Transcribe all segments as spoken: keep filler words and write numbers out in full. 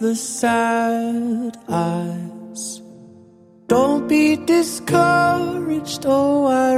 the sad eyes. Don't be discouraged, oh I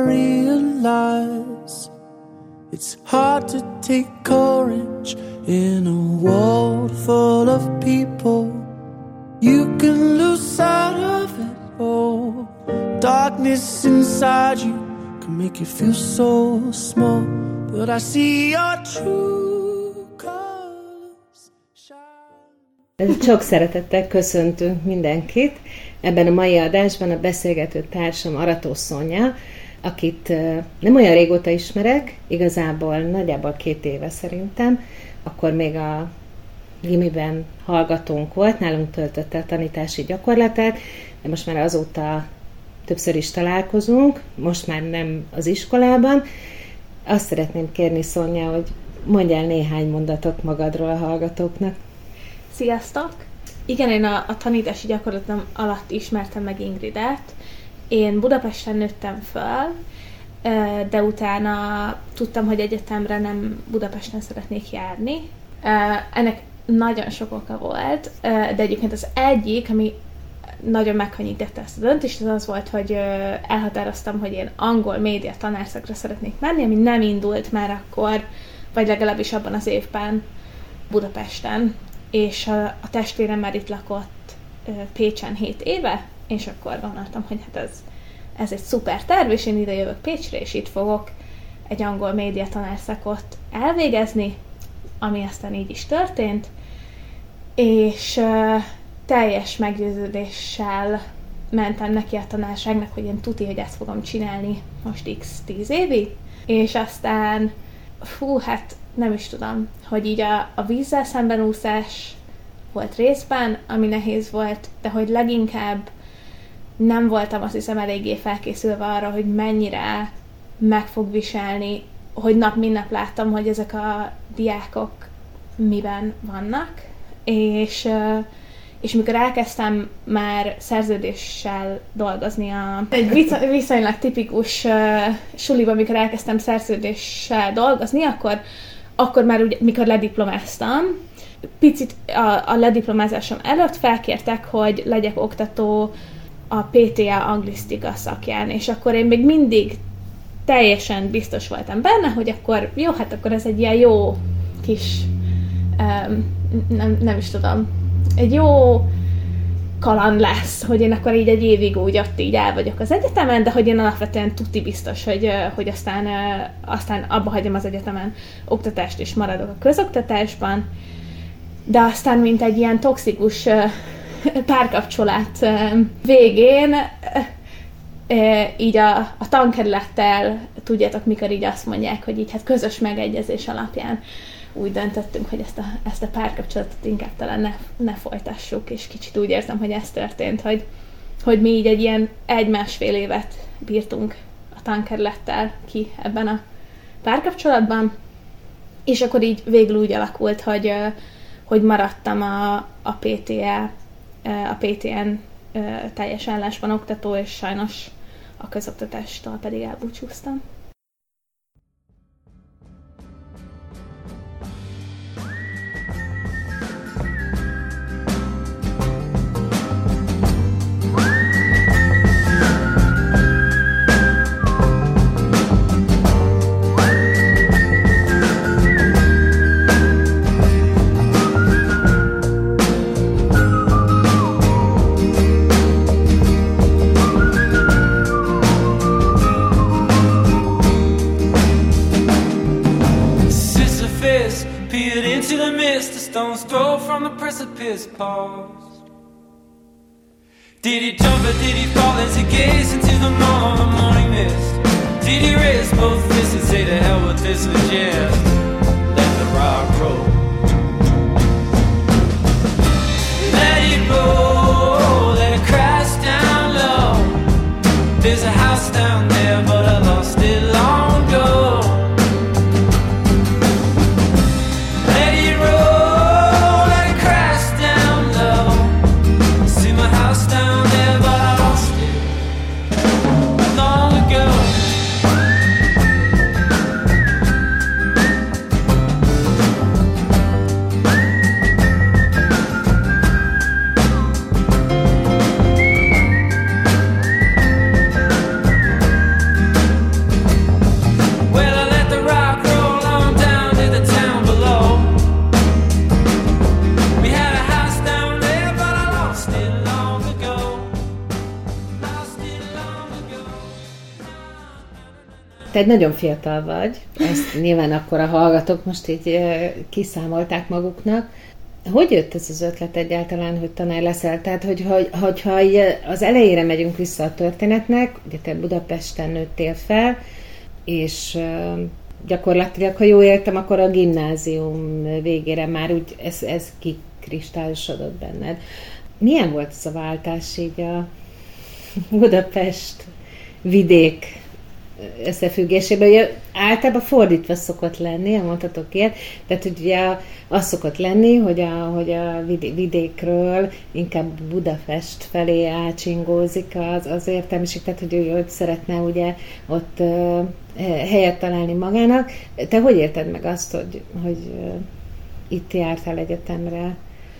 realize it's hard to take courage in a world full of people. You can lose sight of it, oh. Darkness inside you can make you feel so small, but I see your true colors shine. Sok szeretettel köszöntünk mindenkit. Ebben a mai adásban a beszélgető társam Arató Szonya, akit nem olyan régóta ismerek, igazából nagyjából két éve szerintem, akkor még a gimiben hallgatónk volt, nálunk töltötte a tanítási gyakorlatát, de most már azóta többször is találkozunk, most már nem az iskolában. Azt szeretném kérni, Szonya, hogy mondj el néhány mondatot magadról a hallgatóknak. Sziasztok! Igen, én a, a tanítási gyakorlatom alatt ismertem meg Ingridet. Én Budapesten nőttem föl, de utána tudtam, hogy egyetemre nem Budapesten szeretnék járni. Ennek nagyon sok oka volt, de egyébként az egyik, ami nagyon megkönnyítette ezt a döntést, az az volt, hogy elhatároztam, hogy én angol média tanárszakra szeretnék menni, ami nem indult már akkor, vagy legalábbis abban az évben Budapesten, és a, a testvérem már itt lakott Pécsen hét éve, és akkor gondoltam, hogy hát ez, ez egy szuper terv, és én ide jövök Pécsre, és itt fogok egy angol média tanárszakot elvégezni, ami aztán így is történt, és uh, teljes meggyőződéssel mentem neki a tanárságnak, hogy én tuti, hogy ezt fogom csinálni most x tíz évig, és aztán fú, hát nem is tudom, hogy így a, a vízzel szembenúszás volt részben, ami nehéz volt, de hogy leginkább nem voltam, azt hiszem, eléggé felkészülve arra, hogy mennyire meg fog viselni, hogy nap mint nap láttam, hogy ezek a diákok miben vannak, és, és mikor elkezdtem már szerződéssel dolgozni, a, egy viszonylag tipikus suliban, mikor elkezdtem szerződéssel dolgozni, akkor, akkor már úgy, mikor lediplomáztam, picit a, a lediplomázásom előtt felkértek, hogy legyek oktató a pé té á anglisztika szakján, és akkor én még mindig teljesen biztos voltam benne, hogy akkor jó, hát akkor ez egy ilyen jó kis, um, nem, nem is tudom, egy jó kaland lesz, hogy én akkor így egy évig úgy ott így el vagyok az egyetemen, de hogy én alapvetően tuti biztos, hogy, hogy aztán, aztán abba hagyom az egyetemen oktatást, és maradok a közoktatásban, de aztán mint egy ilyen toxikus párkapcsolat végén így a, a tankerülettel, tudjátok, mikor így azt mondják, hogy így hát közös megegyezés alapján úgy döntöttünk, hogy ezt a, ezt a párkapcsolatot inkább talán ne, ne folytassuk, és kicsit úgy érzem, hogy ez történt, hogy, hogy mi így egy ilyen egy-másfél évet bírtunk a tankerülettel ki ebben a párkapcsolatban, és akkor így végül úgy alakult, hogy, hogy maradtam a, a pé té á, a pé té en teljes állásban oktató, és sajnos a közoktatástól pedig elbúcsúztam. Stone's throw from the precipice paused. Did he jump or did he fall as he gazed into the morning mist? Did he raise both fists and say to hell with this and just let the rock roll? Let it roll, let it crash down low. There's a house down there but I lost it long ago. te nagyon fiatal vagy, ezt nyilván akkor a hallgatók most így kiszámolták maguknak. Hogy jött ez az ötlet egyáltalán, hogy tanár leszel? Tehát, hogy, hogy, hogyha az elejére megyünk vissza a történetnek, ugye te Budapesten nőttél fel, és gyakorlatilag, ha jól értem, akkor a gimnázium végére már úgy ez, ez kikristályosodott benned. Milyen volt ez a váltás így a Budapest vidék összefüggésében? Ugye általában fordítva szokott lenni, mondhatok ilyet, tehát ugye az szokott lenni, hogy a, hogy a vidékről inkább Budapest felé átsingózik az, az értelmiség, tehát hogy ő, ő szeretne ugye ott uh, helyet találni magának. Te hogy érted meg azt, hogy, hogy uh, itt jártál egyetemre?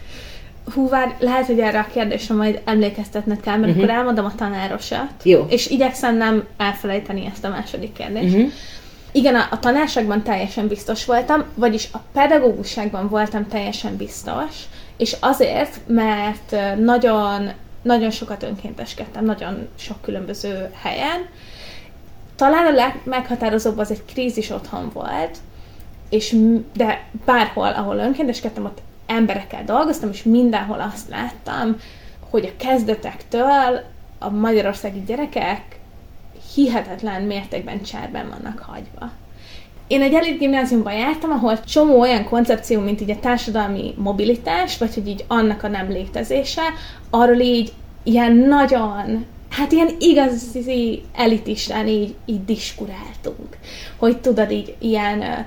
Hú, vár, lehet, hogy erre a kérdésre majd emlékeztetned kell, mert uh-huh. akkor elmondom a tanárosat. Jó. És igyekszem nem elfelejteni ezt a második kérdést. Uh-huh. Igen, a, a tanárságban teljesen biztos voltam, vagyis a pedagógusságban voltam teljesen biztos, és azért, mert nagyon, nagyon sokat önkénteskedtem, nagyon sok különböző helyen. Talán a legmeghatározóbb az egy krízis otthon volt, és, de bárhol, ahol önkénteskedtem, ott emberekkel dolgoztam, és mindenhol azt láttam, hogy a kezdetektől a magyarországi gyerekek hihetetlen mértékben cserben vannak hagyva. Én egy elit gimnáziumban jártam, ahol csomó olyan koncepció, mint így a társadalmi mobilitás, vagy hogy így annak a nem létezése, arról így ilyen nagyon, hát ilyen igazi elitistán így, így diskuráltunk. Hogy tudod, így ilyen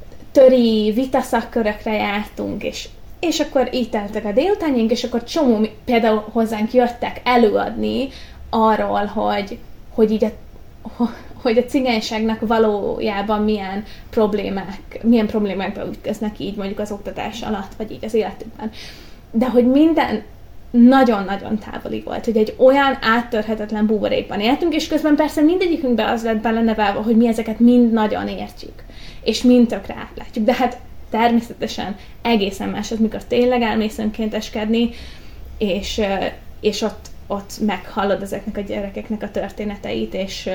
töri vitaszakörökre jártunk, és és akkor így teltek a délutánjaink, és akkor csomó, például hozzánk jöttek előadni arról, hogy, hogy így a, hogy a cigányságnak valójában milyen problémák, milyen problémákba ütköznek így mondjuk az oktatás alatt, vagy így az életükben. De hogy minden nagyon-nagyon távoli volt, hogy egy olyan áttörhetetlen buborékban éltünk, és közben persze mindegyikünkben az lett belenevelve, hogy mi ezeket mind nagyon értjük, és mind tökre átlátjuk. De hát természetesen egészen más az, mikor tényleg elmész önkénteskedni, és, és ott, ott meghallod ezeknek a gyerekeknek a történeteit, és,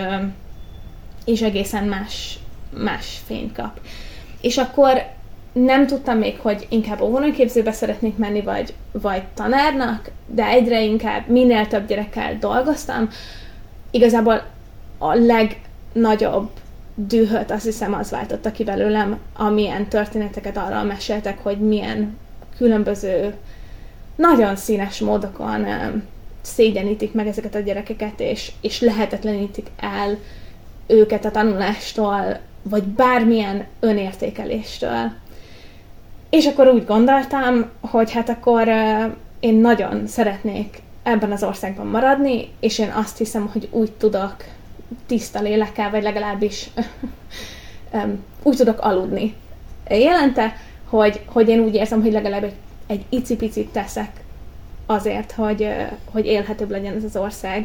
és egészen más, más fényt kap. És akkor nem tudtam még, hogy inkább óvónőképzőbe szeretnék menni, vagy, vagy tanárnak, de egyre inkább minél több gyerekkel dolgoztam. Igazából a legnagyobb dühöt azt hiszem az váltotta ki belőlem, amilyen történeteket arról meséltek, hogy milyen különböző, nagyon színes módokon szégyenítik meg ezeket a gyerekeket, és, és lehetetlenítik el őket a tanulástól, vagy bármilyen önértékeléstől. És akkor úgy gondoltam, hogy hát akkor én nagyon szeretnék ebben az országban maradni, és én azt hiszem, hogy úgy tudok tiszta lélekkel, vagy legalábbis úgy tudok aludni jelente, hogy, hogy én úgy érzem, hogy legalább egy, egy icipicit teszek azért, hogy, hogy élhetőbb legyen ez az ország.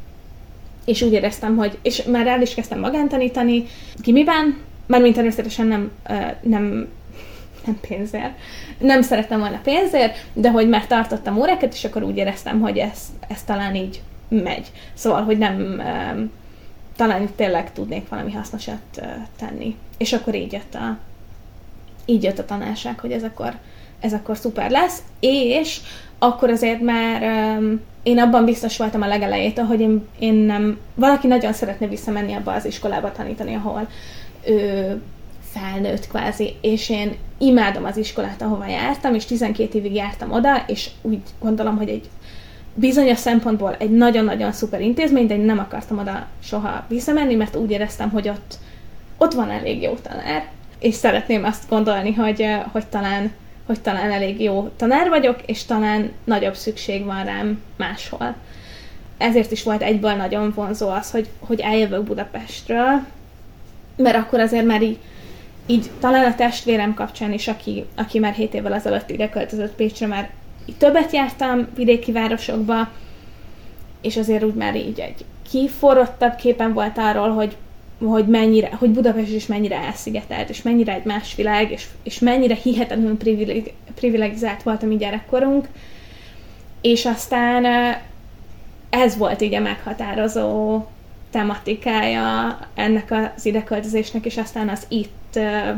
És úgy éreztem, hogy, és már el is kezdtem magántanítani gimiben, mármint természetesen nem, nem, nem pénzért. Nem szerettem volna pénzért, de hogy már tartottam órákat, és akkor úgy éreztem, hogy ez, ez talán így megy. Szóval, hogy nem, talán tényleg tudnék valami hasznosat tenni. És akkor így jött a, így jött a tanárság, hogy ez akkor, ez akkor szuper lesz, és akkor azért már um, én abban biztos voltam a legelejétől, hogy én, én nem, valaki nagyon szeretne visszamenni abba az iskolába tanítani, ahol ő felnőtt kvázi, és én imádom az iskolát, ahova jártam, és tizenkét évig jártam oda, és úgy gondolom, hogy egy bizonyos szempontból egy nagyon-nagyon szuper intézmény, de én nem akartam oda soha visszamenni, mert úgy éreztem, hogy ott, ott van elég jó tanár, és szeretném azt gondolni, hogy, hogy talán hogy talán elég jó tanár vagyok, és talán nagyobb szükség van rám máshol. Ezért is volt egyből nagyon vonzó az, hogy, hogy eljövök Budapestről, mert akkor azért már így, így talán a testvérem kapcsán is, aki, aki már hét évvel ezelőtt ide költözött Pécsre, már így többet jártam vidéki városokba, és azért úgy már így egy kiforrottabb képen volt arról, hogy hogy mennyire, hogy Budapest is mennyire elszigetelt, és mennyire egy más világ, és, és mennyire hihetetlenül privileg, privilegizált volt a mi gyerekkorunk. És aztán ez volt így a meghatározó tematikája ennek az ideköltözésnek, és aztán az itt uh,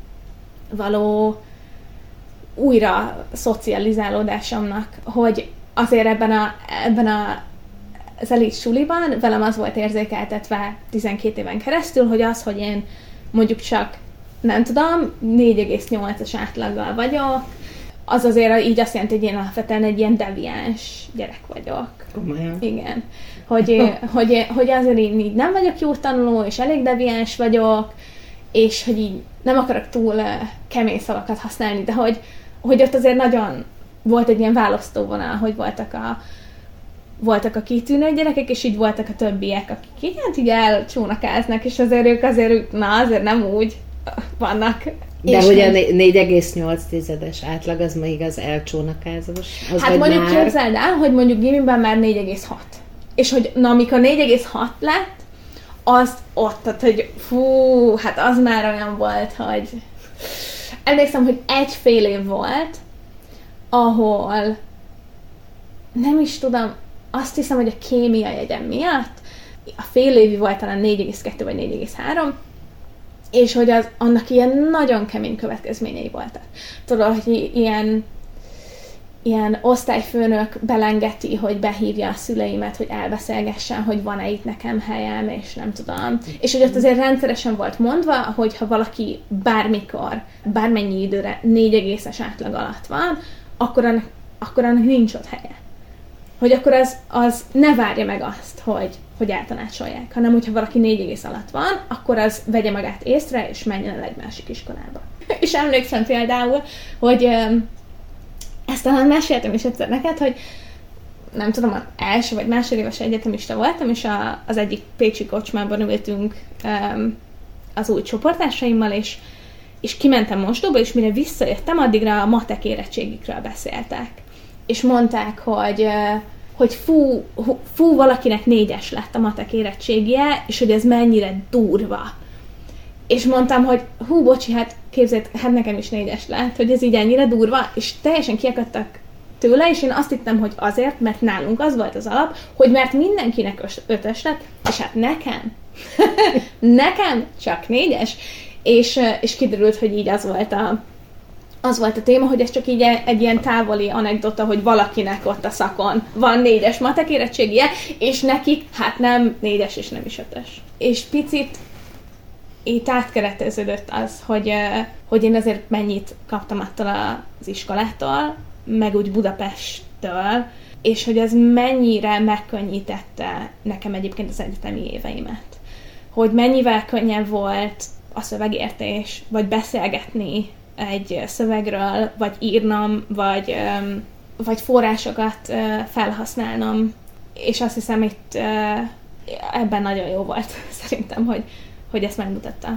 való újra szocializálódásomnak, hogy azért ebben, a, ebben a, az elit suliban velem az volt érzékeltetve tizenkét éven keresztül, hogy az, hogy én mondjuk csak, nem tudom, négy egész nyolcas átlaggal vagyok, az azért így azt jelenti, hogy én alapvetően egy ilyen deviáns gyerek vagyok. Komolyan. Igen. Hogy, hogy, hogy azért én így nem vagyok jó tanuló, és elég deviáns vagyok, és hogy így nem akarok túl kemény szavakat használni, de hogy, hogy ott azért nagyon volt egy ilyen választóvonal, hogy voltak a, voltak a kitűnő gyerekek, és így voltak a többiek, akik így, hát így elcsónakáznak, és azért ők azért, na azért nem úgy vannak. De és hogy a négy egész nyolc tizedes átlag, az még az elcsónakázós? Az hát mondjuk már... képzeld el, hogy mondjuk gimiben már négy egész hat. És hogy na, amikor négy egész hat lett, az ott, tehát, hogy fú, hát az már olyan volt, hogy emlékszem, hogy egy fél év volt, ahol nem is tudom, azt hiszem, hogy a kémia jegyem miatt a fél évi volt talán négy egész kettő vagy négy egész három, és hogy az, annak ilyen nagyon kemény következményei voltak. Tudod, hogy ilyen, ilyen osztályfőnök belengeti, hogy behívja a szüleimet, hogy elbeszélgessen, hogy van-e itt nekem helyem, és nem tudom. És hogy ott azért rendszeresen volt mondva, hogy ha valaki bármikor, bármennyi időre négy egészes átlag alatt van, akkor annak, akkor annak nincs ott helye. Hogy akkor az, az ne várja meg azt, hogy, hogy eltanácsolják, hanem hogyha valaki négy egész alatt van, akkor az vegye magát észre, és menjen el egy másik iskolába. És emlékszem például, hogy ezt talán meséltem is egyszer neked, hogy nem tudom, az első vagy másodéves egyetemista voltam, és a, az egyik pécsi kocsmában ültünk um, az új csoportársaimmal, és, és kimentem mosdóba, és mire visszajöttem, addigra a matek érettségikről beszéltek. És mondták, hogy, hogy fú, fú, valakinek négyes lett a matek érettségie, és hogy ez mennyire durva. És mondtam, hogy hú, bocsi, hát képzeld, hát nekem is négyes lett, hogy ez így ennyire durva, és teljesen kiakadtak tőle, és én azt hittem, hogy azért, mert nálunk az volt az alap, hogy mert mindenkinek ötös lett, és hát nekem, nekem csak négyes, és, és kiderült, hogy így az volt a Az volt a téma, hogy ez csak így egy ilyen távoli anekdota, hogy valakinek ott a szakon van négyes matek érettségie, és nekik hát nem négyes és nem is ötös. És picit itt átkereteződött az, hogy, hogy én azért mennyit kaptam attól az iskolától, meg úgy Budapesttől, és hogy ez mennyire megkönnyítette nekem egyébként az egyetemi éveimet. Hogy mennyivel könnyebb volt a szövegértés, vagy beszélgetni egy szövegről, vagy írnom, vagy, vagy forrásokat felhasználnom, és azt hiszem, itt ebben nagyon jó volt szerintem, hogy, hogy ezt megmutatta.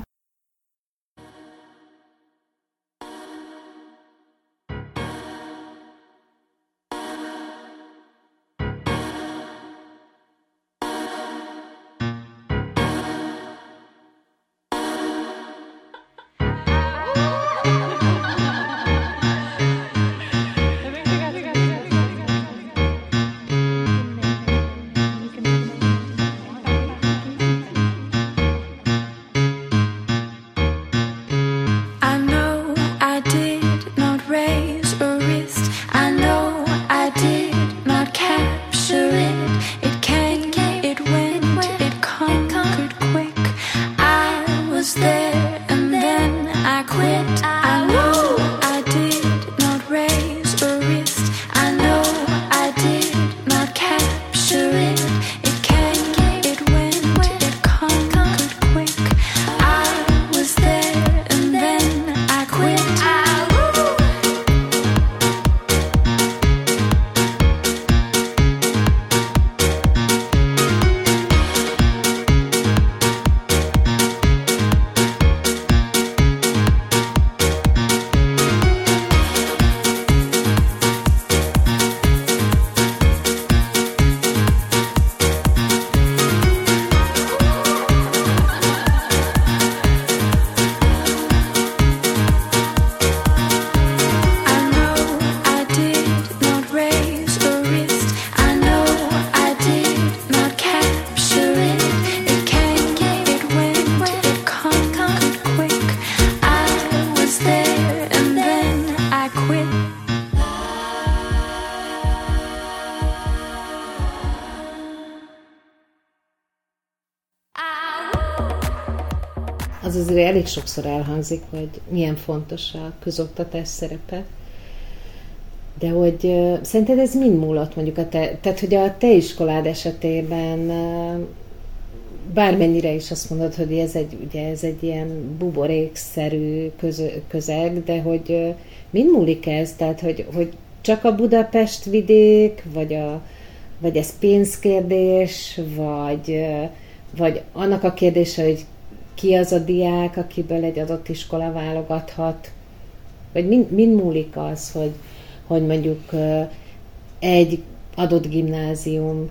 az azért elég sokszor elhangzik, hogy milyen fontos a közoktatás szerepe. De hogy uh, szerinted ez mind múlott mondjuk a te, tehát hogy a te iskolád esetében uh, bármennyire is azt mondod, hogy ez egy, ugye ez egy ilyen buborékszerű köz, közeg, de hogy uh, mind múlik ez? Tehát, hogy, hogy csak a Budapest vidék, vagy, a, vagy ez pénzkérdés, vagy, uh, vagy annak a kérdése, hogy ki az a diák, akiből egy adott iskola válogathat, vagy mind, mind múlik az, hogy hogy mondjuk egy adott gimnáziumban,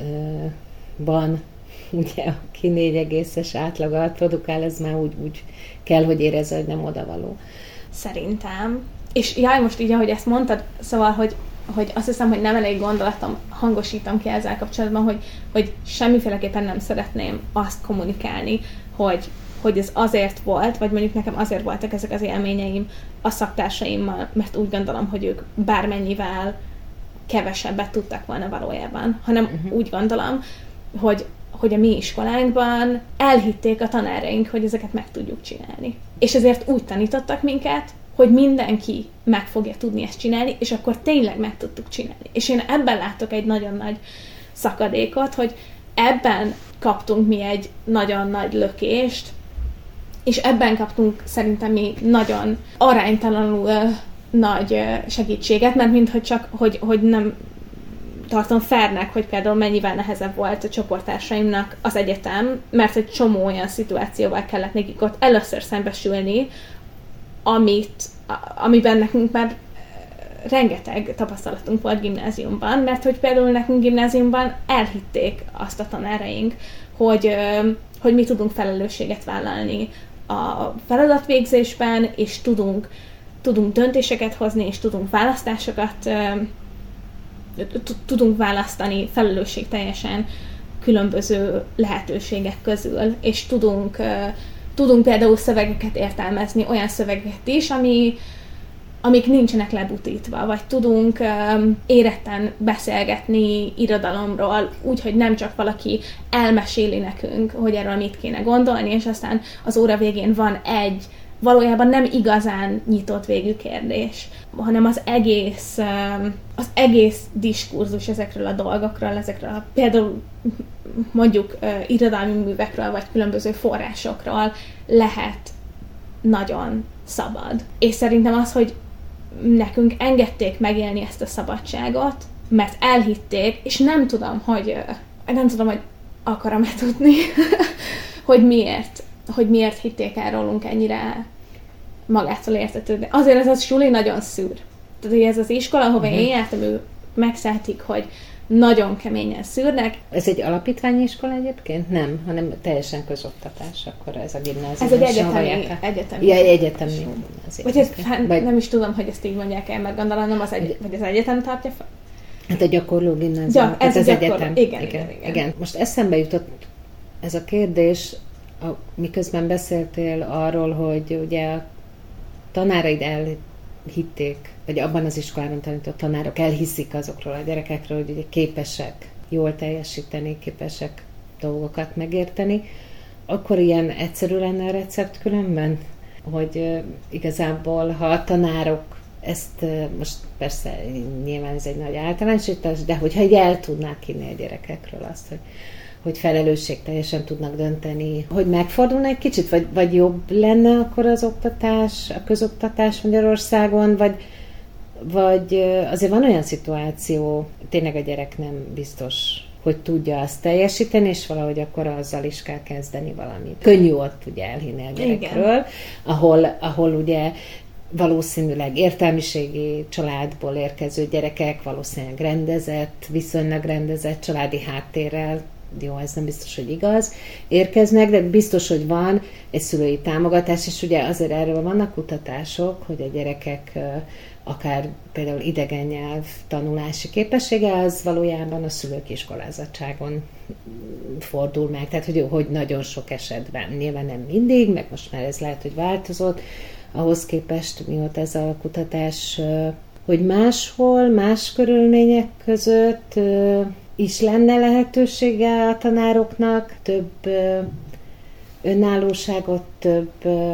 ugye, aki négy egészes átlagot produkál, ez már úgy, úgy kell, hogy érezze, hogy nem odavaló. Szerintem. És jaj, most így, ahogy ezt mondtad, szóval, hogy, hogy azt hiszem, hogy nem elég gondolatom, hangosítom ki ezzel kapcsolatban, hogy, hogy semmiféleképpen nem szeretném azt kommunikálni, hogy hogy ez azért volt, vagy mondjuk nekem azért voltak ezek az élményeim a szaktársaimmal, mert úgy gondolom, hogy ők bármennyivel kevesebbet tudtak volna valójában, hanem uh-huh. úgy gondolom, hogy, hogy a mi iskolánkban elhitték a tanáraink, hogy ezeket meg tudjuk csinálni. És ezért úgy tanítottak minket, hogy mindenki meg fogja tudni ezt csinálni, és akkor tényleg meg tudtuk csinálni. És én ebben látok egy nagyon nagy szakadékot, hogy ebben kaptunk mi egy nagyon nagy lökést, és ebben kaptunk szerintem mi nagyon aránytalanul uh, nagy uh, segítséget, mert minthogy csak, hogy, hogy nem tartom fairnek, hogy például mennyivel nehezebb volt a csoporttársaimnak az egyetem, mert egy csomó olyan szituációval kellett nekik ott először szembesülni, amit, amiben nekünk már rengeteg tapasztalatunk volt gimnáziumban, mert hogy például nekünk gimnáziumban elhitték azt a tanáraink, hogy, uh, hogy mi tudunk felelősséget vállalni a feladatvégzésben, és tudunk, tudunk döntéseket hozni, és tudunk választásokat, tudunk választani felelősségteljesen különböző lehetőségek közül, és tudunk, tudunk például szövegeket értelmezni, olyan szövegeket is, ami, amik nincsenek lebutítva, vagy tudunk um, éretten beszélgetni irodalomról, úgyhogy nem csak valaki elmeséli nekünk, hogy erről mit kéne gondolni, és aztán az óra végén van egy valójában nem igazán nyitott végű kérdés, hanem az egész, um, az egész diskurzus ezekről a dolgokról, ezekről a, például mondjuk uh, irodalmi művekről, vagy különböző forrásokról lehet nagyon szabad. És szerintem az, hogy nekünk engedték megélni ezt a szabadságot, mert elhitték, és nem tudom, hogy nem tudom, hogy akarom-e tudni, hogy miért, hogy miért hitték el rólunk ennyire magától értetődni. Azért ez a suli nagyon szűr. Tehát, hogy ez az iskola, ahova uh-huh. én jártam, ő megszálltik, hogy nagyon keményen szűrnek. Ez egy alapítványi iskola egyébként? Nem, hanem teljesen közoktatás, akkor ez a gimnázium. Ez egy egyetemi. egyetemi. Ja, egyetemi. Vagy ez, hát Vagy... nem is tudom, hogy ezt így mondják el, mert gondolom nem az, egy, vagy az egyetem tartja fel. Hát a gyakorló gimnázium. Ja, ez az egyetem. Igen, igen, igen, igen. igen. Most eszembe jutott ez a kérdés, a, miközben beszéltél arról, hogy ugye a tanáraid elhitték, vagy abban az iskolában tanított tanárok elhiszik azokról a gyerekekről, hogy ugye képesek jól teljesíteni, képesek dolgokat megérteni, akkor ilyen egyszerű lenne a recept különben? Hogy uh, igazából, ha a tanárok ezt, uh, most persze nyilván ez egy nagy általánosítás, de hogyha így el tudnák hinni a gyerekekről azt, hogy hogy felelősségteljesen tudnak dönteni, hogy megfordulna egy kicsit, vagy, vagy jobb lenne akkor az oktatás, a közoktatás Magyarországon, vagy, vagy azért van olyan szituáció, tényleg a gyerek nem biztos, hogy tudja azt teljesíteni, és valahogy akkor azzal is kell kezdeni valamit. Könnyű ott ugye elhinni a gyerekről, ahol, ahol ugye valószínűleg értelmiségi családból érkező gyerekek, valószínűleg rendezett, viszonylag rendezett családi háttérrel, jó, ez nem biztos, hogy igaz, érkeznek, de biztos, hogy van egy szülői támogatás, és ugye azért erről vannak kutatások, hogy a gyerekek akár például idegen nyelv tanulási képessége, az valójában a szülők iskolázatságon fordul meg, tehát hogy, hogy nagyon sok esetben, nyilván nem mindig, meg most már ez lehet, hogy változott, ahhoz képest, mióta ez a kutatás, hogy máshol, más körülmények között is lenne lehetősége a tanároknak több önállóságot, több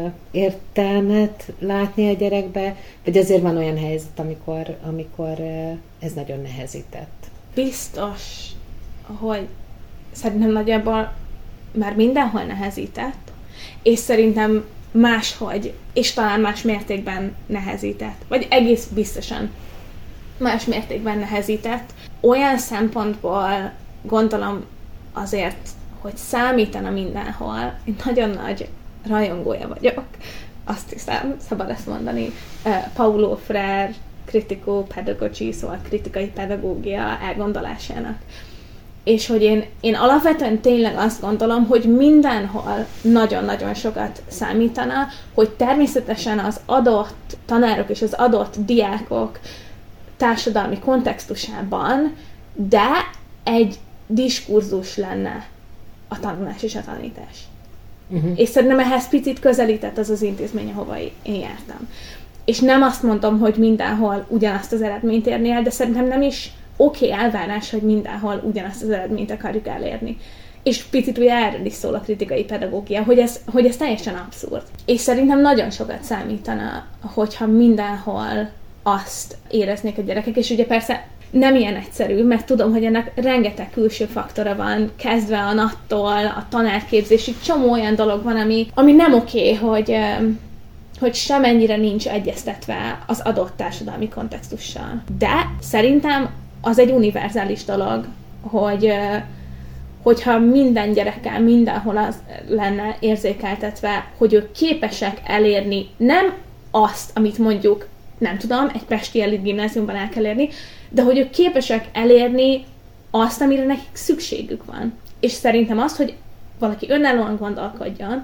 értelmet látni a gyerekbe, vagy azért van olyan helyzet, amikor, amikor ez nagyon nehezített? Biztos, hogy szerintem nagyjából már mindenhol nehezített, és szerintem máshogy, és talán más mértékben nehezített, vagy egész biztosan más mértékben nehezített. Olyan szempontból gondolom azért, hogy számítana mindenhol. Én nagyon nagy rajongója vagyok, azt hiszem, szabad ezt mondani, Paulo Freire critical pedagogy, szóval kritikai pedagógia elgondolásának. És hogy én, én alapvetően tényleg azt gondolom, hogy mindenhol nagyon-nagyon sokat számítana, hogy természetesen az adott tanárok és az adott diákok társadalmi kontextusában, de egy diskurzus lenne a tanulás és a tanítás. Uh-huh. És szerintem ehhez picit közelített az az intézmény, ahova én jártam. És nem azt mondom, hogy mindenhol ugyanazt az eredményt érni el, de szerintem nem is oké okay elvárás, hogy mindenhol ugyanazt az eredményt akarjuk elérni. És picit ugye erről is szól a kritikai pedagógia, hogy ez, hogy ez teljesen abszurd. És szerintem nagyon sokat számítana, hogyha mindenhol azt éreznék a gyerekek, és ugye persze nem ilyen egyszerű, mert tudom, hogy ennek rengeteg külső faktora van, kezdve a nattól, a tanárképzésig, csomó olyan dolog van, ami, ami nem oké, okay, hogy, hogy semennyire nincs egyeztetve az adott társadalmi kontextussal. De szerintem az egy univerzális dolog, hogy hogyha minden gyerekkel mindenhol az lenne érzékeltetve, hogy ők képesek elérni nem azt, amit mondjuk, nem tudom, egy pesti elit gimnáziumban el kell érni, de hogy ők képesek elérni azt, amire nekik szükségük van. És szerintem az, hogy valaki önállóan gondolkodjon,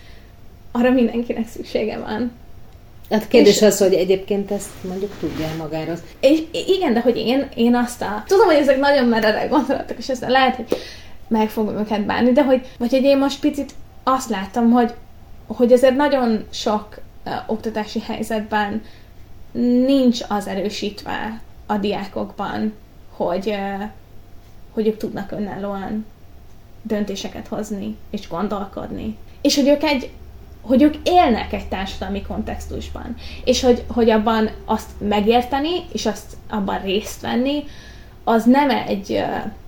arra mindenkinek szüksége van. Hát a kérdés és az, hogy egyébként ezt mondjuk tudja magáról. És igen, de hogy én, én azt a... Tudom, hogy ezek nagyon meredek gondolatok, és aztán lehet, hogy meg fogom őket bánni, de hogy, vagy hogy én most picit azt láttam, hogy, hogy azért nagyon sok uh, oktatási helyzetben nincs az erősítve a diákokban, hogy, uh, hogy ők tudnak önállóan döntéseket hozni, és gondolkodni. És hogy ők egy hogy ők élnek egy társadalmi kontextusban, és hogy, hogy abban azt megérteni, és azt abban részt venni, az nem egy,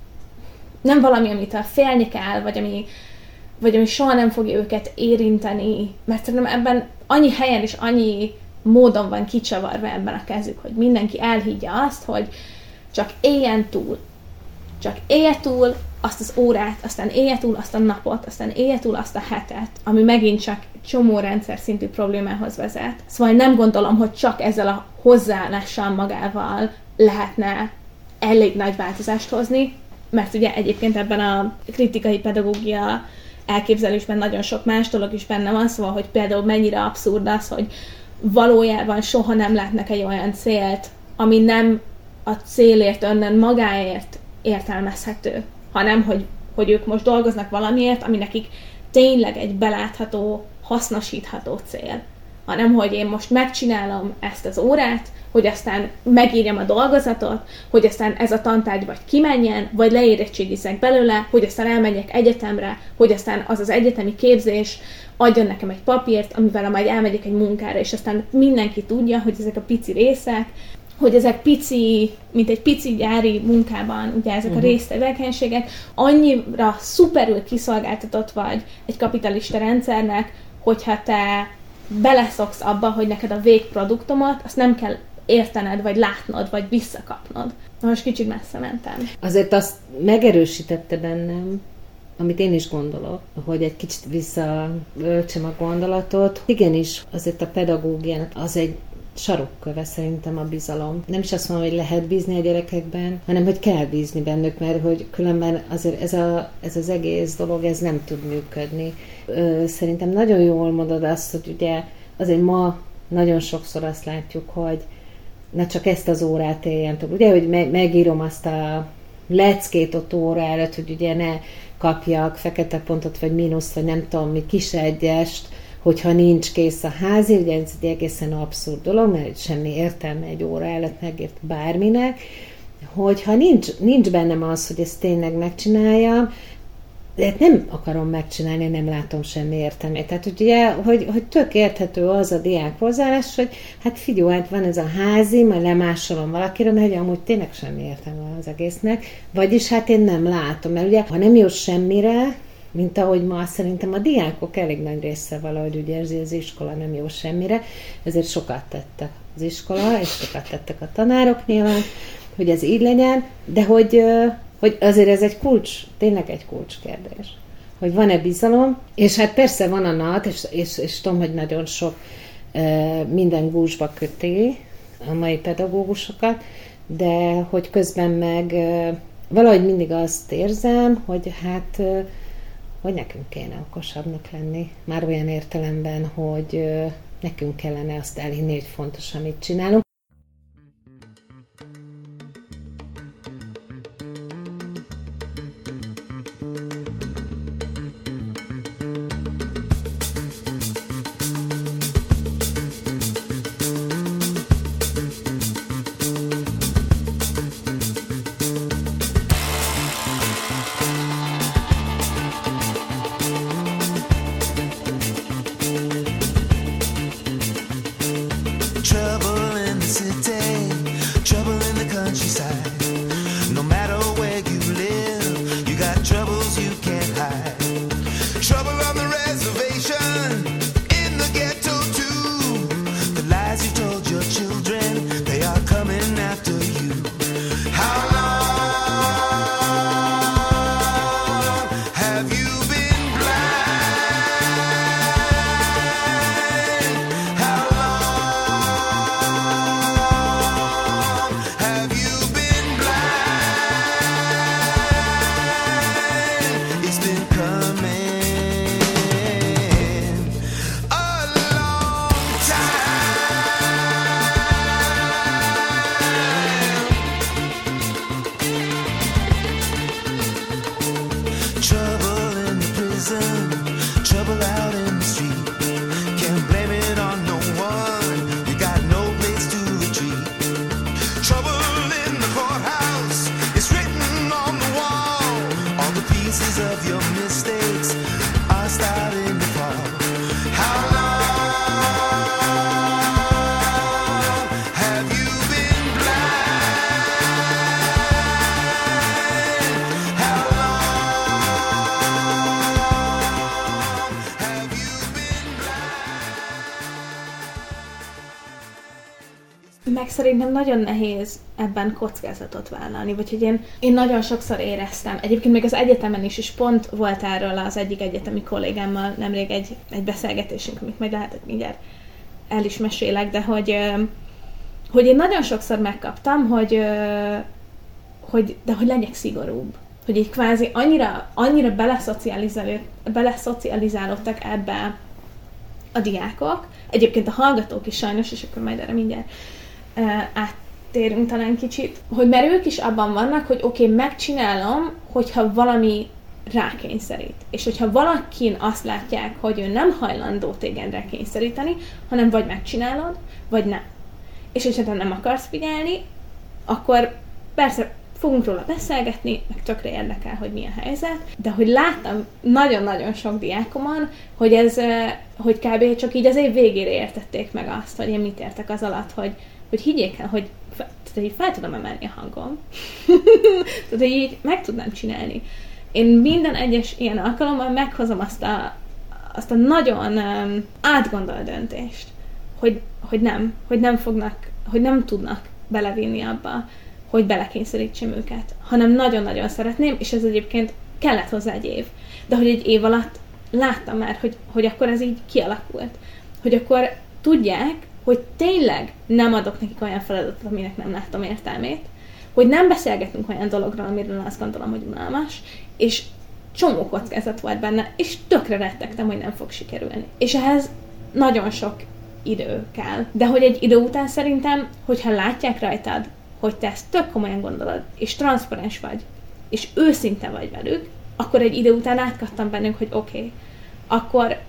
nem valami, amitől félni kell, vagy ami, vagy ami soha nem fogja őket érinteni, mert szerintem ebben annyi helyen és annyi módon van kicsavarva ebben a kezük, hogy mindenki elhiggye azt, hogy csak éljen túl, csak élje túl azt az órát, aztán élje túl azt a napot, aztán élje túl azt a hetet, ami megint csak csomó rendszer szintű problémához vezet. Szóval nem gondolom, hogy csak ezzel a hozzáállással magával lehetne elég nagy változást hozni, mert ugye egyébként ebben a kritikai pedagógia elképzelésben nagyon sok más dolog is benne van, szóval, hogy például mennyire abszurd az, hogy valójában soha nem látnak egy olyan célt, ami nem a célért önnön magáért értelmezhető, hanem hogy, hogy ők most dolgoznak valamiért, ami nekik tényleg egy belátható, hasznosítható cél. Hanem, hogy én most megcsinálom ezt az órát, hogy aztán megírjam a dolgozatot, hogy aztán ez a tantárgy vagy kimenjen, vagy leérettségizek belőle, hogy aztán elmegyek egyetemre, hogy aztán az az egyetemi képzés adjon nekem egy papírt, amivel majd elmegyek egy munkára, és aztán mindenki tudja, hogy ezek a pici részek, hogy ezek pici, mint egy pici gyári munkában, ugye ezek uh-huh. a résztevékenységek, annyira szuperül kiszolgáltatott vagy egy kapitalista rendszernek, hogyha te beleszoksz abba, hogy neked a végproduktumot, azt nem kell értened, vagy látnod, vagy visszakapnod. Most kicsit messze mentem. Azért azt megerősítette bennem, amit én is gondolok, hogy egy kicsit visszaöltsem a gondolatot. Igenis, azért a pedagógiának az egy sarokköve szerintem a bizalom. Nem is azt mondom, hogy lehet bízni a gyerekekben, hanem hogy kell bízni bennük, mert hogy különben azért ez, a, ez az egész dolog, ez nem tud működni. Szerintem nagyon jól mondod azt, hogy ugye azért ma nagyon sokszor azt látjuk, hogy na csak ezt az órát éljen túl. Ugye, hogy me- megírom azt a leckét ott óra előtt, hogy ugye ne kapjak fekete pontot, vagy mínuszt, vagy nem tudom mi, kis egyest, hogyha nincs kész a házi, ugye ez egy egészen abszurd dolog, mert semmi értelme egy óra előtt megért bárminek, hogyha nincs, nincs bennem az, hogy ezt tényleg megcsináljam, de nem akarom megcsinálni, nem látom semmi értelmét. Tehát ugye, hogy, hogy tök érthető az a diák hozzáállás, hogy hát figyelj, hát van ez a házi, majd lemásolom valakire, mert ugye amúgy tényleg semmi értelme az egésznek, vagyis hát én nem látom, mert ugye, ha nem jó semmire, mint ahogy ma szerintem a diákok elég nagy része valahogy úgy érzi, az iskola nem jó semmire, ezért sokat tettek az iskola, és sokat tettek a tanárok nyilván, hogy ez így legyen, de hogy, hogy azért ez egy kulcs, tényleg egy kulcskérdés, hogy van-e bizalom, és hát persze van a nat, és, és, és tudom, hogy nagyon sok minden gúzsba köti a mai pedagógusokat, de hogy közben meg valahogy mindig azt érzem, hogy hát hogy nekünk kéne okosabbnak lenni. Már olyan értelemben, hogy nekünk kellene azt elhinni, hogy fontos, amit csinálunk. Meg szerintem nagyon nehéz ebben kockázatot vállalni, vagy hogy én, én nagyon sokszor éreztem, egyébként még az egyetemen is, és pont volt erről az egyik egyetemi kollégámmal nemrég egy, egy beszélgetésünk, amit majd lehet, hogy mindjárt el is mesélek, de hogy, hogy én nagyon sokszor megkaptam, hogy, hogy de hogy legyek szigorúbb. Hogy így kvázi annyira, annyira beleszocializálódtak ebbe a diákok, egyébként a hallgatók is sajnos, és akkor majd erre mindjárt uh, áttérünk talán kicsit, hogy mert ők is abban vannak, hogy oké, okay, megcsinálom, hogyha valami rákényszerít. És hogyha valakin azt látják, hogy ő nem hajlandó téged rákényszeríteni, hanem vagy megcsinálod, vagy nem. És hogyha te nem akarsz figyelni, akkor persze fogunk róla beszélgetni, meg tökre érdekel, hogy milyen helyzet, de hogy láttam nagyon-nagyon sok diákomon, hogy ez, hogy kb. Csak így az év végére értették meg azt, hogy én mit értek az alatt, hogy, hogy higgyék el, hogy fel, tehát így fel tudom emelni a hangom. Tehát, hogy így meg tudnám csinálni. Én minden egyes ilyen alkalommal meghozom azt a, azt a nagyon um, átgondolt döntést, hogy, hogy nem, hogy nem fognak, hogy nem tudnak belevinni abba, hogy belekényszerítsem őket, hanem nagyon-nagyon szeretném, és ez egyébként kellett hozzá egy év. De hogy egy év alatt láttam már, hogy, hogy akkor ez így kialakult. Hogy akkor tudják, hogy tényleg nem adok nekik olyan feladatot, aminek nem láttam értelmét, hogy nem beszélgetünk olyan dologról, amiről azt gondolom, hogy unalmas, és csomó kockázat volt benne, és tökre rettegtem, hogy nem fog sikerülni. És ehhez nagyon sok idő kell. De hogy egy idő után szerintem, hogyha látják rajtad, hogy te ezt tök komolyan gondolod, és transzparens vagy, és őszinte vagy velük, akkor egy idő után átkattam bennünk, hogy oké, okay, akkor,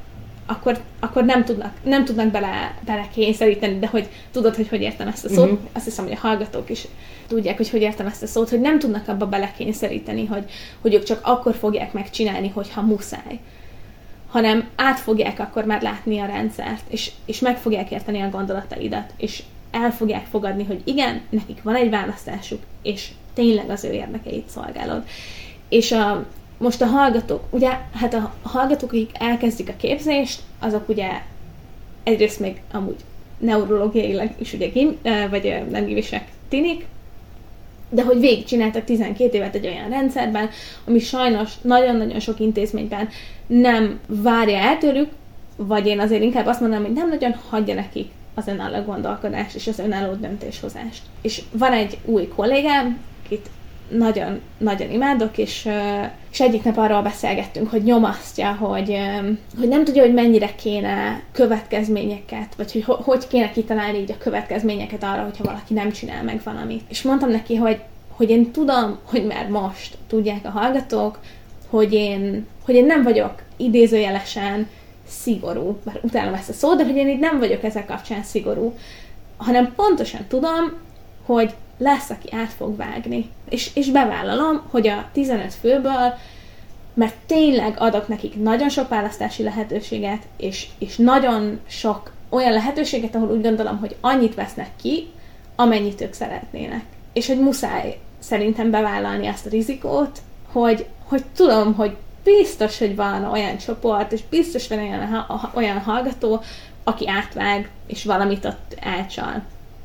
akkor, akkor nem tudnak, nem tudnak bele, bele kényszeríteni, de hogy tudod, hogy hogy értem ezt a szót, uh-huh. Azt hiszem, hogy a hallgatók is tudják, hogy hogy értem ezt a szót, hogy nem tudnak abba belekényszeríteni, hogy, hogy ők csak akkor fogják megcsinálni, hogyha muszáj, hanem át fogják akkor már látni a rendszert, és, és meg fogják érteni a gondolataidat, és el fogják fogadni, hogy igen, nekik van egy választásuk, és tényleg az ő érdekeit szolgálod. És a, most a hallgatók, ugye, hát a hallgatók, akik elkezdik a képzést, azok ugye egyrészt még amúgy neurológiailag is ugye gim, vagy nem gimisek tinik, de hogy végigcsináltak tizenkét évet egy olyan rendszerben, ami sajnos nagyon-nagyon sok intézményben nem várja el tőlük, vagy én azért inkább azt mondanám, hogy nem nagyon hagyja nekik az önálló gondolkodást és az önálló döntéshozást. És van egy új kollégám, akit nagyon, nagyon imádok, és, és egyik nap arról beszélgettünk, hogy nyomasztja, hogy, hogy nem tudja, hogy mennyire kéne következményeket, vagy hogy hogy kéne kitalálni így a következményeket arra, hogyha valaki nem csinál meg valamit. És mondtam neki, hogy, hogy én tudom, hogy már most tudják a hallgatók, hogy én, hogy én nem vagyok idézőjelesen szigorú, bár utálom ezt a szót, de hogy én így nem vagyok ezzel kapcsán szigorú, hanem pontosan tudom, hogy lesz, aki át fog vágni. És, és bevállalom, hogy a tizenöt főből, mert tényleg adok nekik nagyon sok választási lehetőséget, és, és nagyon sok olyan lehetőséget, ahol úgy gondolom, hogy annyit vesznek ki, amennyit ők szeretnének. És hogy muszáj szerintem bevállalni azt a rizikót, hogy, hogy tudom, hogy biztos, hogy van olyan csoport, és biztos van olyan, olyan hallgató, aki átvág, és valamit ott elcsal.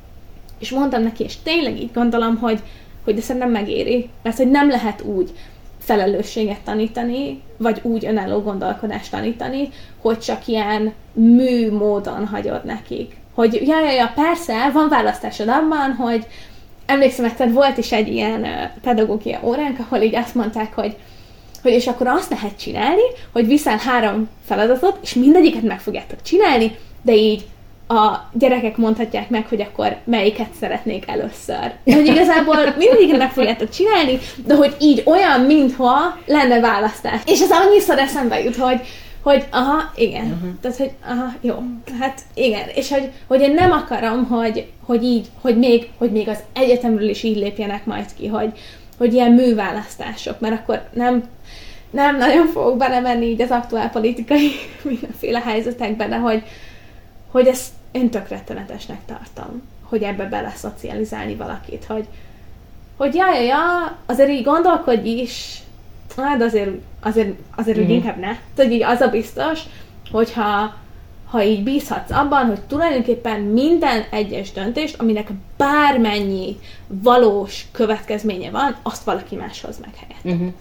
És mondtam neki, és tényleg így gondolom, hogy, hogy de szerintem megéri, mert hogy nem lehet úgy felelősséget tanítani, vagy úgy önálló gondolkodást tanítani, hogy csak ilyen mű módon hagyod nekik. Hogy ja, ja, ja, persze, van választásod abban, hogy emlékszem, hogy volt is egy ilyen pedagógia óránk, ahol így azt mondták, hogy hogy és akkor azt lehet csinálni, hogy viszel három feladatot, és mindegyiket meg fogjátok csinálni, de így a gyerekek mondhatják meg, hogy akkor melyiket szeretnék először. Hogy igazából mindegyiket meg fogjátok csinálni, de hogy így olyan, mintha lenne választás. És ez annyiszor eszembe jut, hogy, hogy aha, igen. Uh-huh. Tehát, hogy aha, jó. Hát igen. És hogy, hogy én nem akarom, hogy, hogy így, hogy még, hogy még az egyetemről is így lépjenek majd ki, hogy, hogy ilyen műválasztások, mert akkor nem, nem nagyon fogok belemenni így az aktuál politikai mindenféle helyzetekben, de hogy, hogy ezt én tök rettenetesnek tartom, hogy ebbe beleszocializálni valakit, hogy, hogy ja, ja, ja, azért így gondolkodj is, hát azért, azért, azért mm-hmm. úgy inkább ne. Tehát így az a biztos, hogyha ha így bízhatsz abban, hogy tulajdonképpen minden egyes döntést, aminek bármennyi valós következménye van, azt valaki más hoz meg helyett. Mm-hmm.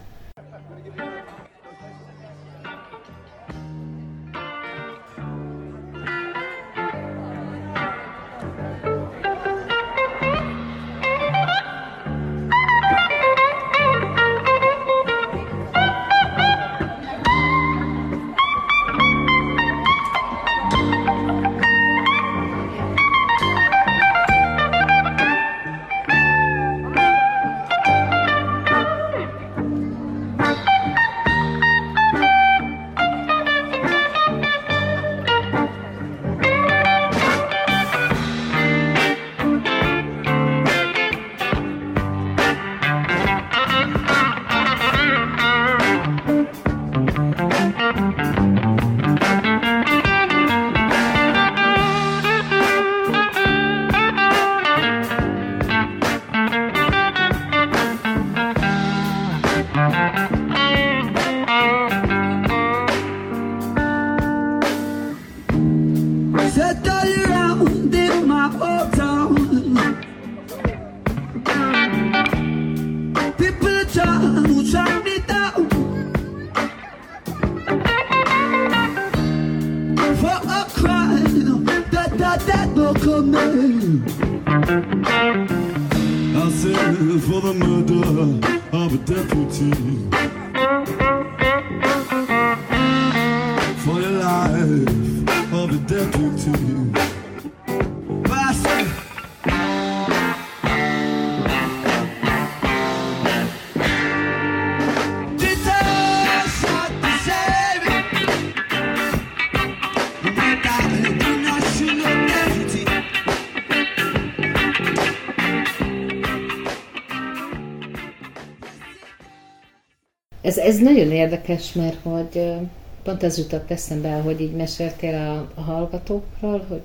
Ez, ez nagyon érdekes, mert hogy pont az jutott eszembe, hogy így meséltél a, a hallgatókról, hogy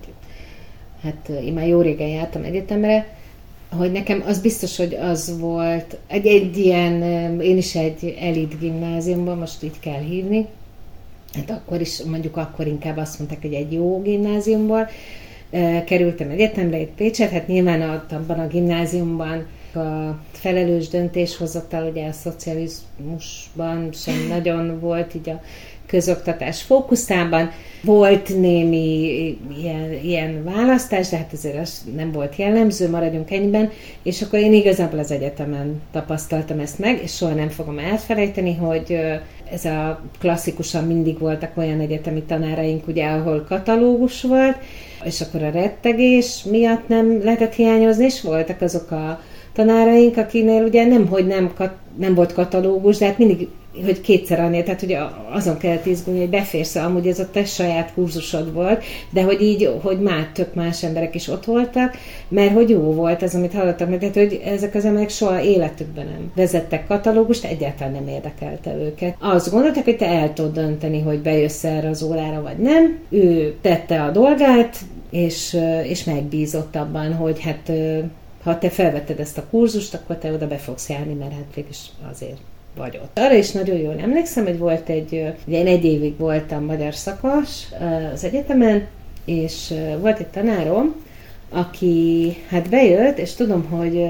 hát én már jó régen jártam egyetemre, hogy nekem az biztos, hogy az volt egy, egy ilyen, én is egy elit gimnáziumban, most így kell hívni, hát akkor is, mondjuk akkor inkább azt mondták, hogy egy jó gimnáziumból kerültem egyetemre itt Pécset, hát nyilván abban a gimnáziumban a felelős döntéshozatal, ugye a szocializmusban sem nagyon volt így a közoktatás fókuszában. Volt némi ilyen, ilyen választás, de hát azért az nem volt jellemző, maradjunk ennyiben, és akkor én igazából az egyetemen tapasztaltam ezt meg, és soha nem fogom elfelejteni, hogy ez a klasszikusan mindig voltak olyan egyetemi tanáraink, ugye, ahol katalógus volt, és akkor a rettegés miatt nem lehetett hiányozni, és voltak azok a tanáraink, akinél ugye nem, hogy nem, nem volt katalógus, de hát mindig, hogy kétszer annyi, tehát ugye azon kellett izgulni, hogy beférsz, amúgy ez a te saját kurzusod volt, de hogy így, hogy már tök más emberek is ott voltak, mert hogy jó volt az, amit hallottak meg, tehát hogy ezek az emberek soha életükben nem vezettek katalógust, egyáltalán nem érdekelte őket. Azt gondolták, hogy te el tudod dönteni, hogy bejössz erre az órára, vagy nem. Ő tette a dolgát, és, és megbízott abban, hogy hát ha te felvetted ezt a kurzust, akkor te oda be fogsz járni, mert hát végülis azért vagy ott. Arra is nagyon jól emlékszem, hogy volt egy, ugye én egy évig voltam magyar szakos az egyetemen, és volt egy tanárom, aki hát bejött, és tudom, hogy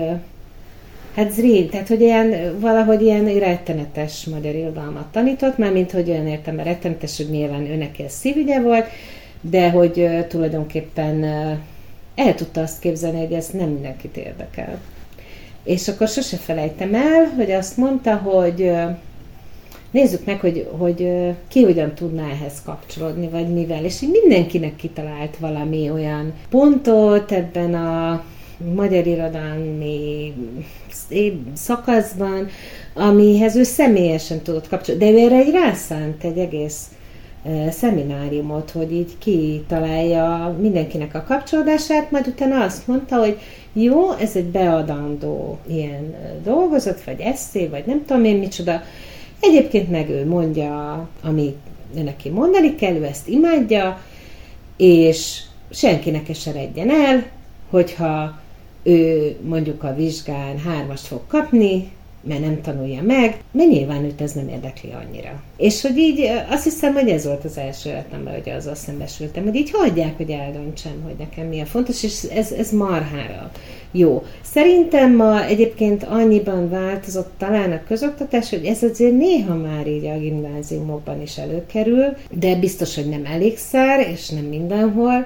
hát zrén, tehát hogy ilyen, valahogy ilyen rettenetes magyar irodalmat tanított, mármint hogy olyan értelemben rettenetes, hogy nyilván ő neki ez szívügye volt, de hogy tulajdonképpen el tudta azt képzelni, hogy ez nem mindenkit érdekel. És akkor sose felejtem el, hogy azt mondta, hogy nézzük meg, hogy, hogy ki hogyan tudná ehhez kapcsolódni, vagy mivel. És így mindenkinek kitalált valami olyan pontot ebben a magyar irodalmi szakaszban, amihez ő személyesen tudott kapcsolódni. De ő erre egy rászánt egy egész szemináriumot, hogy így kitalálja mindenkinek a kapcsolódását, majd utána azt mondta, hogy jó, ez egy beadandó ilyen dolgozat, vagy esszé, vagy nem tudom én micsoda. Egyébként meg ő mondja, amit neki mondani kell, ő ezt imádja, és senkinek eseredjen el, hogyha ő mondjuk a vizsgán hármast fog kapni, mert nem tanulja meg, mert nyilván őt ez nem érdekli annyira. És hogy így azt hiszem, hogy ez volt az első életemben, hogy azzal szembesültem, hogy így hagyják, hogy eldöntsem, hogy nekem mi a fontos, és ez, ez marhára jó. Szerintem ma egyébként annyiban változott talán a közoktatás, hogy ez azért néha már így a gimnáziumokban is előkerül, de biztos, hogy nem elégszer, és nem mindenhol,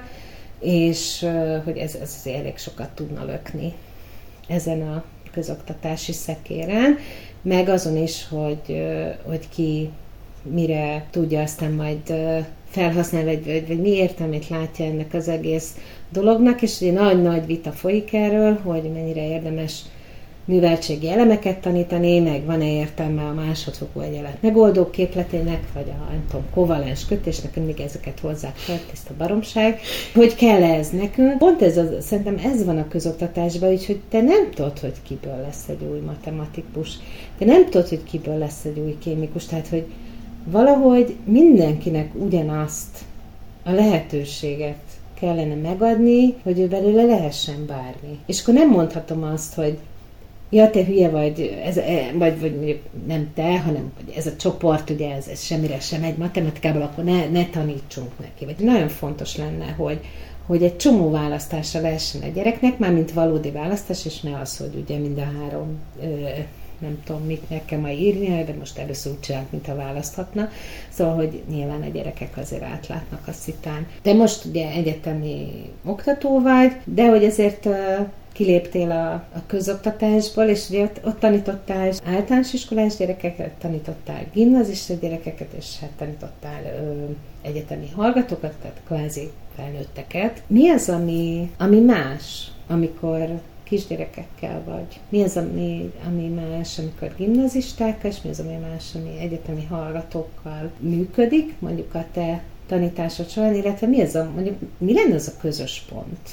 és hogy ez, ez azért elég sokat tudna lökni ezen a közoktatási szekéren, meg azon is, hogy, hogy ki mire tudja aztán majd felhasználni, vagy, vagy, vagy mi értelmét látja ennek az egész dolognak, és egy nagy-nagy vita folyik erről, hogy mennyire érdemes műveltségi elemeket tanítani, meg van-e értelme a másodfokú egyenlet megoldó képletének, vagy a nem tudom, kovalens kötésnek, mindig ezeket hozzák fel, ezt a baromság, hogy kell ez nekünk. Pont ez az, szerintem ez van a közoktatásban, úgyhogy te nem tudod, hogy kiből lesz egy új matematikus, te nem tudod, hogy kiből lesz egy új kémikus, tehát hogy valahogy mindenkinek ugyanazt a lehetőséget kellene megadni, hogy ő belőle lehessen bármi. És akkor nem mondhatom azt, hogy ja, te hülye vagy, ez, vagy, vagy nem te, hanem hogy ez a csoport, ugye ez, ez semmire sem megy matematikából, akkor ne, ne tanítsunk neki. Vagy nagyon fontos lenne, hogy, hogy egy csomó választása lehessen a gyereknek, mármint valódi választás, és ne az, hogy ugye mind a három, ö, nem tudom, mit meg kell majd írni, de most először úgy csinálják, mintha választhatna. Szóval, hogy nyilván a gyerekek azért átlátnak a szitán. De most ugye egyetemi oktató vagy, de hogy azért ö, kiléptél a, a közoktatásból, és ugye ott, ott tanítottál általános iskolás gyerekeket, tanítottál gimnazista gyerekeket, és hát tanítottál ö, egyetemi hallgatókat, tehát kvázi felnőtteket. Mi az, ami, ami más, amikor kisgyerekekkel vagy? Mi az, ami, ami más, amikor gimnazistákkal, és mi az, ami más, ami egyetemi hallgatókkal működik, mondjuk a te tanításod során, illetve mi az a, mondjuk, mi lenne az a közös pont,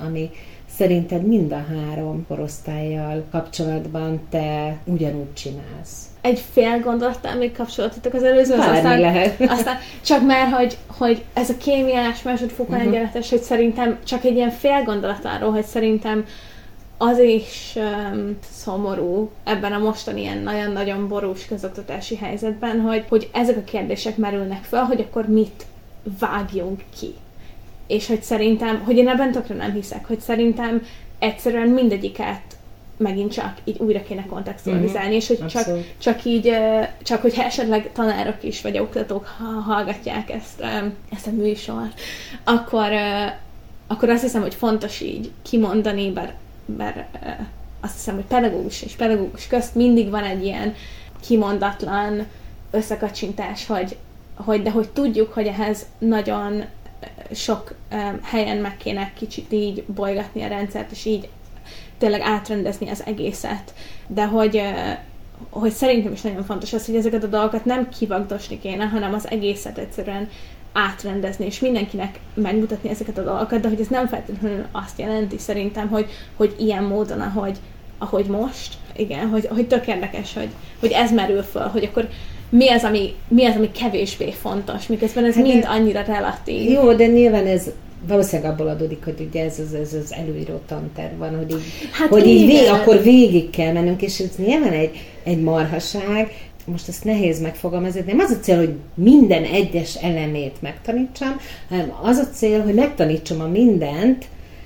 ami szerinted mind a három korosztállyal kapcsolatban te ugyanúgy csinálsz? Egy fél gondolattal még kapcsolatotok az előző, Bármi aztán, lehet. aztán csak már, hogy, hogy ez a kémiás másodfokon uh-huh. egyenletes, hogy szerintem csak egy ilyen fél gondolat arról, hogy szerintem az is um, szomorú ebben a mostani ilyen nagyon-nagyon borús közoktatási helyzetben, hogy, hogy ezek a kérdések merülnek fel, hogy akkor mit vágjunk ki. És hogy szerintem, hogy én ebben tökre nem hiszek, hogy szerintem egyszerűen mindegyiket megint csak így újra kéne kontextualizálni, mm-hmm. és hogy csak, csak így, csak hogyha esetleg tanárok is, vagy oktatók hallgatják ezt, ezt a műsort, akkor, akkor azt hiszem, hogy fontos így kimondani, bár, bár azt hiszem, hogy pedagógus és pedagógus közt mindig van egy ilyen kimondatlan összekacsintás, hogy, hogy de hogy tudjuk, hogy ehhez nagyon sok um, helyen meg kéne kicsit így bolygatni a rendszert, és így tényleg átrendezni az egészet. De hogy, uh, hogy szerintem is nagyon fontos az, hogy ezeket a dolgokat nem kivagdosni kéne, hanem az egészet egyszerűen átrendezni, és mindenkinek megmutatni ezeket a dolgokat, de hogy ez nem feltétlenül azt jelenti szerintem, hogy, hogy ilyen módon, ahogy, ahogy most, igen, hogy, hogy tök érdekes, hogy, hogy ez merül föl, hogy akkor mi az, ami, mi az, ami kevésbé fontos, miközben ez hát mind annyira relatív. Jó, de nyilván ez valószínűleg abból adódik, hogy ugye ez az, ez az előíró tanterv van, hogy így, hát hogy így vég, akkor végig kell mennünk, és ez nyilván egy, egy marhaság. Most ezt nehéz megfogalmazni, nem az a cél, hogy minden egyes elemét megtanítsam, hanem az a cél, hogy megtanítsam a mindent,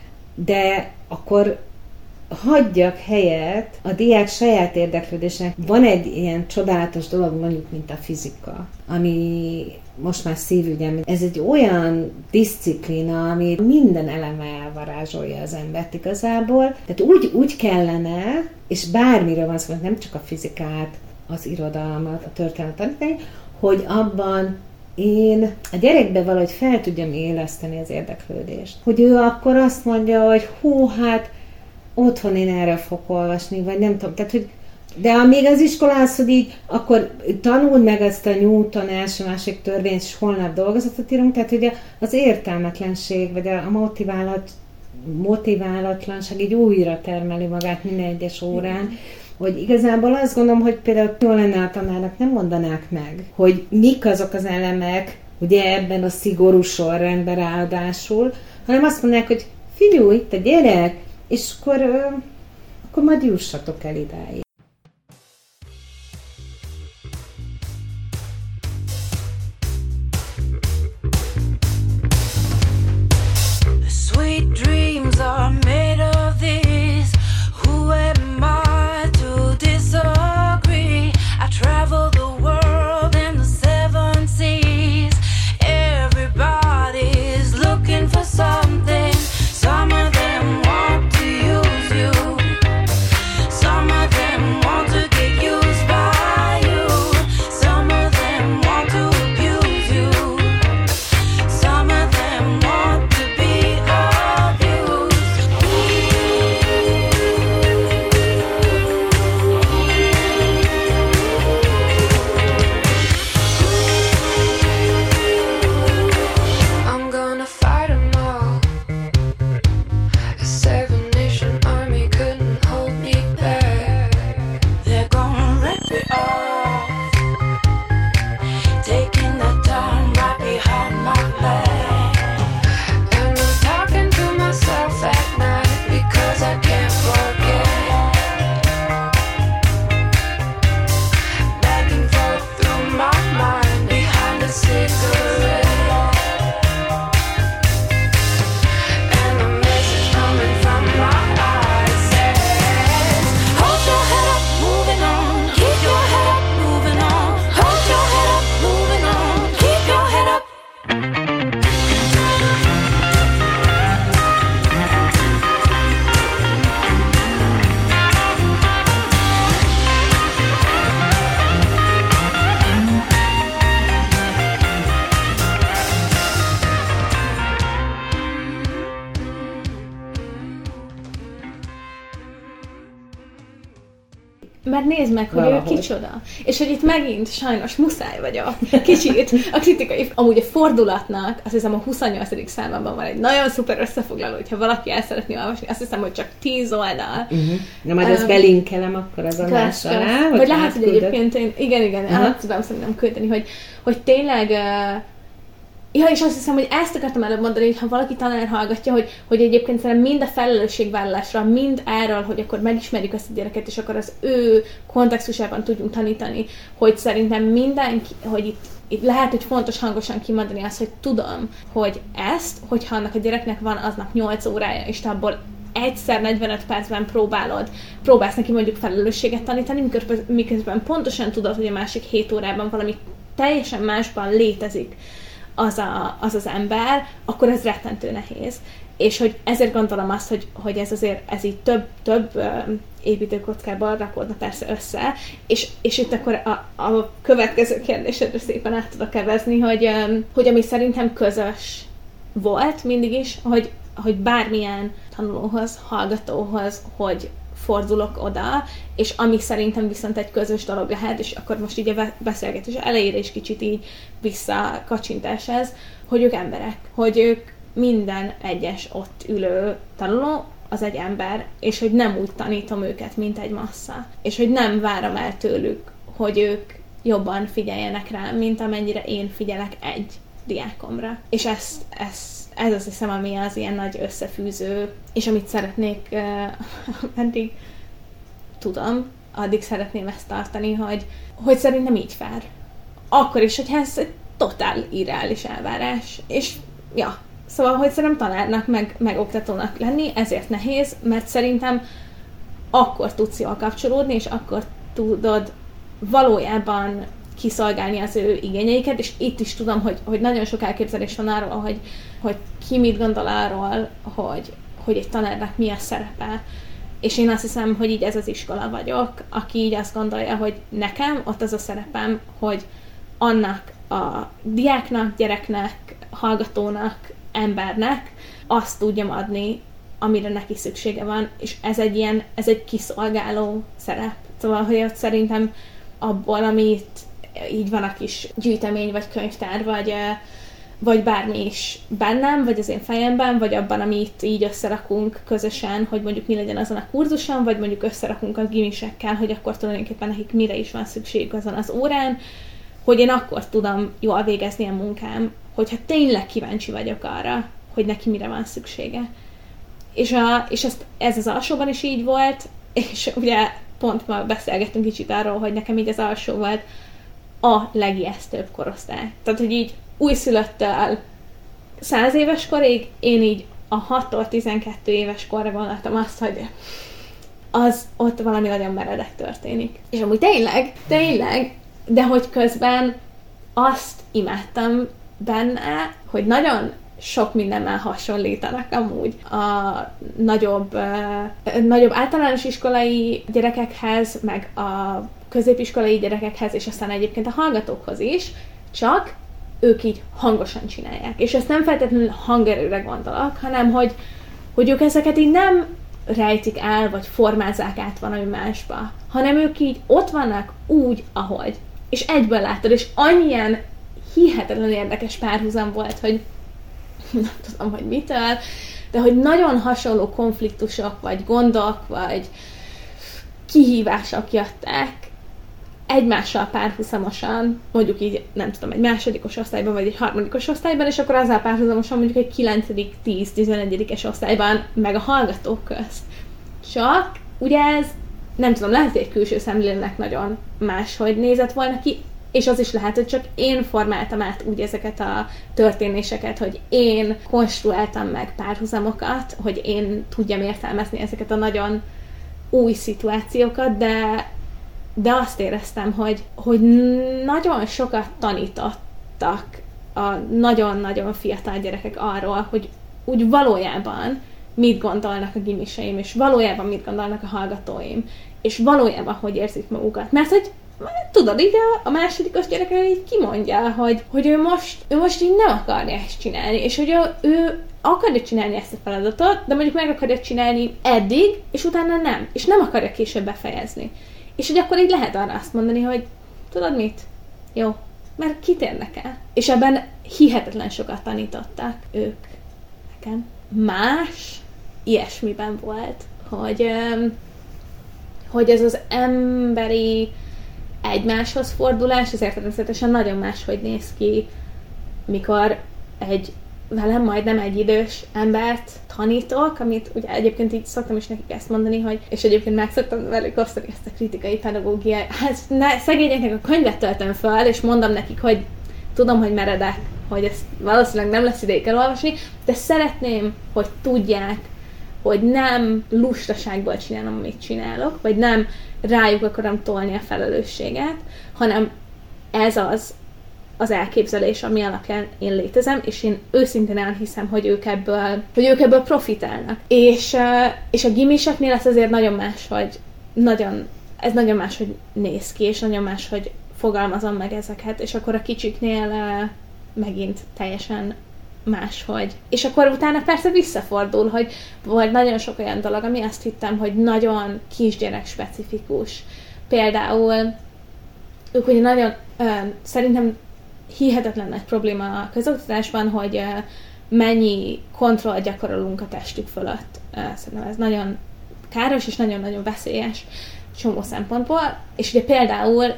de akkor hagyjak helyet a diák saját érdeklődésnek. Van egy ilyen csodálatos dolog, mondjuk, mint a fizika, ami most már szívügyem. Ez egy olyan diszciplína, ami minden eleme elvarázsolja az embert igazából. Tehát úgy, úgy kellene, és bármiről van szó, nem csak a fizikát, az irodalmat, a történelmet tanítani, hogy abban én a gyerekbe valahogy fel tudjam éleszteni az érdeklődést. Hogy ő akkor azt mondja, hogy hú, hát otthon én erről fogok olvasni, vagy nem tudom. Tehát, hogy, de amíg az iskola az, hogy így, akkor tanuld meg ezt a Newton első-másik törvényt, és holnap dolgozatot írunk, tehát ugye az értelmetlenség, vagy a motiválat, motiválatlanság így újra termeli magát minden egyes órán, hogy igazából azt gondolom, hogy például jól lenne a tanárnak nem mondanák meg, hogy mik azok az elemek, ugye ebben a szigorú sorrendben ráadásul, hanem azt mondják, hogy figyelj, itt a gyerek, és akkor, akkor majd jussatok el idáig. The sweet dreams are made of this. Who am I to disagree? I travel the world and the seven seas. Everybody's looking for something. Some of them want to use you. Some of them mert nézd meg, hogy Valahogy. ő kicsoda. És hogy itt megint sajnos muszáj vagyok kicsit a kritikai, amúgy a fordulatnak, azt hiszem a huszonnyolcadik számban van egy nagyon szuper összefoglaló, hogyha valaki el szeretné olvasni, azt hiszem, hogy csak tíz oldal. Uh-huh. Na majd ezt Um, belinkelem akkor az adás alá. Vagy lehet, hogy átküldöd. egyébként én, igen, igen, Aha. át tudom szerintem küldeni, hogy, hogy tényleg uh, ja, és azt hiszem, hogy ezt akartam előbb mondani, hogy ha valaki tanár hallgatja, hogy, hogy egyébként szerintem mind a felelősségvállalásra, mind erről, hogy akkor megismerjük ezt a gyereket, és akkor az ő kontextusában tudjunk tanítani, hogy szerintem mindenki, hogy itt, itt lehet, hogy fontos hangosan kimondani azt, hogy tudom, hogy ezt, hogyha annak a gyereknek van aznap nyolc órája, és te abból egyszer negyvenöt percben próbálod, próbálsz neki mondjuk felelősséget tanítani, miközben, miközben pontosan tudod, hogy a másik hét órában valami teljesen másban létezik az, a, az az ember, akkor ez rettentő nehéz. És hogy ezért gondolom azt, hogy, hogy ez azért ez így több, több uh, építőkockában rakódna persze össze, és, és itt akkor a, a következő kérdésedre szépen át tudok kevezni, hogy, um, hogy ami szerintem közös volt mindig is, hogy, hogy bármilyen tanulóhoz, hallgatóhoz, hogy fordulok oda, és ami szerintem viszont egy közös dolog lehet, és akkor most így a beszélgetés elejére is kicsit így visszakacsintás ez, hogy ők emberek, hogy ők minden egyes ott ülő tanuló az egy ember, és hogy nem úgy tanítom őket, mint egy massza. És hogy nem várom el tőlük, hogy ők jobban figyeljenek rám, mint amennyire én figyelek egy diákomra. És ezt, ezt ez azt hiszem, ami az ilyen nagy összefűző, és amit szeretnék, uh, eddig tudom, addig szeretném ezt tartani, hogy, hogy szerintem így fár. Akkor is, hogyha ez egy totál irreális elvárás. És ja, szóval, hogy szerintem tanárnak, meg, meg oktatónak lenni, ezért nehéz, mert szerintem akkor tudsz jól kapcsolódni, és akkor tudod valójában kiszolgálni az ő igényeiket, és itt is tudom, hogy, hogy nagyon sok elképzelés van arról, hogy, hogy ki mit gondol arról, hogy, hogy egy tanárnak mi a szerepe. És én azt hiszem, hogy így ez az iskola vagyok, aki így azt gondolja, hogy nekem ott az a szerepem, hogy annak a diáknak, gyereknek, hallgatónak, embernek azt tudjam adni, amire neki szüksége van, és ez egy ilyen, ez egy kiszolgáló szerep. Szóval, hogy ott szerintem abból, amit így van a kis gyűjtemény, vagy könyvtár, vagy, vagy bármi is bennem, vagy az én fejemben, vagy abban, amit így összerakunk közösen, hogy mondjuk mi legyen azon a kurzuson, vagy mondjuk összerakunk a gimisekkel, hogy akkor tulajdonképpen nekik mire is van szükségük azon az órán, hogy én akkor tudom jól végezni a munkám, hogyha tényleg kíváncsi vagyok arra, hogy neki mire van szüksége. És, a, és ezt, ez az alsóban is így volt, és ugye pont ma beszélgettünk kicsit arról, hogy nekem így az alsó volt a legijesztőbb korosztály. Tehát, hogy így újszülöttől száz éves korig, én így a hattól tizenkettő éves korra gondoltam azt, hogy az ott valami nagyon meredek történik. És amúgy tényleg, tényleg, de hogy közben azt imádtam benne, hogy nagyon sok mindennel hasonlítanak amúgy a nagyobb, uh, nagyobb általános iskolai gyerekekhez, meg a középiskolai gyerekekhez, és aztán egyébként a hallgatókhoz is, csak ők így hangosan csinálják. És ezt nem feltétlenül hangerőre gondolok, hanem hogy, hogy ők ezeket így nem rejtik el, vagy formázzák át valami másba, hanem ők így ott vannak úgy, ahogy. És egyből látod, és annyien hihetetlen érdekes párhuzam volt, hogy nem tudom, hogy mitől, de hogy nagyon hasonló konfliktusok, vagy gondok, vagy kihívások jöttek egymással párhuzamosan, mondjuk így, nem tudom, egy másodikos osztályban, vagy egy harmadikos osztályban, és akkor azzal párhuzamosan mondjuk egy kilencedik, tíz, tizenegyedikes osztályban, meg a hallgatók közt. Csak, ugye ez, nem tudom, lehet, hogy egy külső szemlélőnek nagyon máshogy nézett volna ki, és az is lehet, hogy csak én formáltam át úgy ezeket a történéseket, hogy én konstruáltam meg párhuzamokat, hogy én tudjam értelmezni ezeket a nagyon új szituációkat, de, de azt éreztem, hogy, hogy nagyon sokat tanítottak a nagyon-nagyon fiatal gyerekek arról, hogy úgy valójában mit gondolnak a gimiseim, és valójában mit gondolnak a hallgatóim, és valójában hogy érzik magukat. Mert hogy tudod, így a, a másodikos gyerekre így kimondja, hogy, hogy ő, most, ő most így nem akarja ezt csinálni, és hogy ő, ő akarja csinálni ezt a feladatot, de mondjuk meg akarja csinálni eddig, és utána nem, és nem akarja később befejezni. És hogy akkor így lehet arra azt mondani, hogy tudod mit? Jó, mert kit érdekel? És ebben hihetetlen sokat tanítottak ők nekem. Más ilyesmiben volt, hogy, hogy ez az emberi egymáshoz fordulás, ezért természetesen nagyon máshogy néz ki, mikor egy velem majdnem egy idős embert tanítok, amit ugye egyébként így szoktam is nekik ezt mondani, hogy, és egyébként meg szoktam velük osztani ezt a kritikai pedagógiát. Hát ne, szegényeknek a könyvet töltöm fel, és mondom nekik, hogy tudom, hogy meredek, hogy ezt valószínűleg nem lesz idejük elolvasni, de szeretném, hogy tudják, hogy nem lustaságból csinálom, amit csinálok, vagy nem rájuk akarom tolni a felelősséget, hanem ez az az elképzelés, ami alapján én létezem, és én őszintén elhiszem, hogy ők ebből, hogy ők ebből profitálnak. És, és a gimiseknél ez azért nagyon más, hogy nagyon, ez nagyon más, hogy néz ki, és nagyon más, hogy fogalmazom meg ezeket, és akkor a kicsiknél megint teljesen máshogy. És akkor utána persze visszafordul, hogy volt nagyon sok olyan dolog, ami azt hittem, hogy nagyon kisgyerek specifikus. Például ők ugye nagyon, ö, szerintem hihetetlen nagy probléma a közoktatásban, hogy ö, mennyi kontrollt gyakorolunk a testük fölött. Ö, szerintem ez nagyon káros és nagyon-nagyon veszélyes csomó szempontból. És ugye például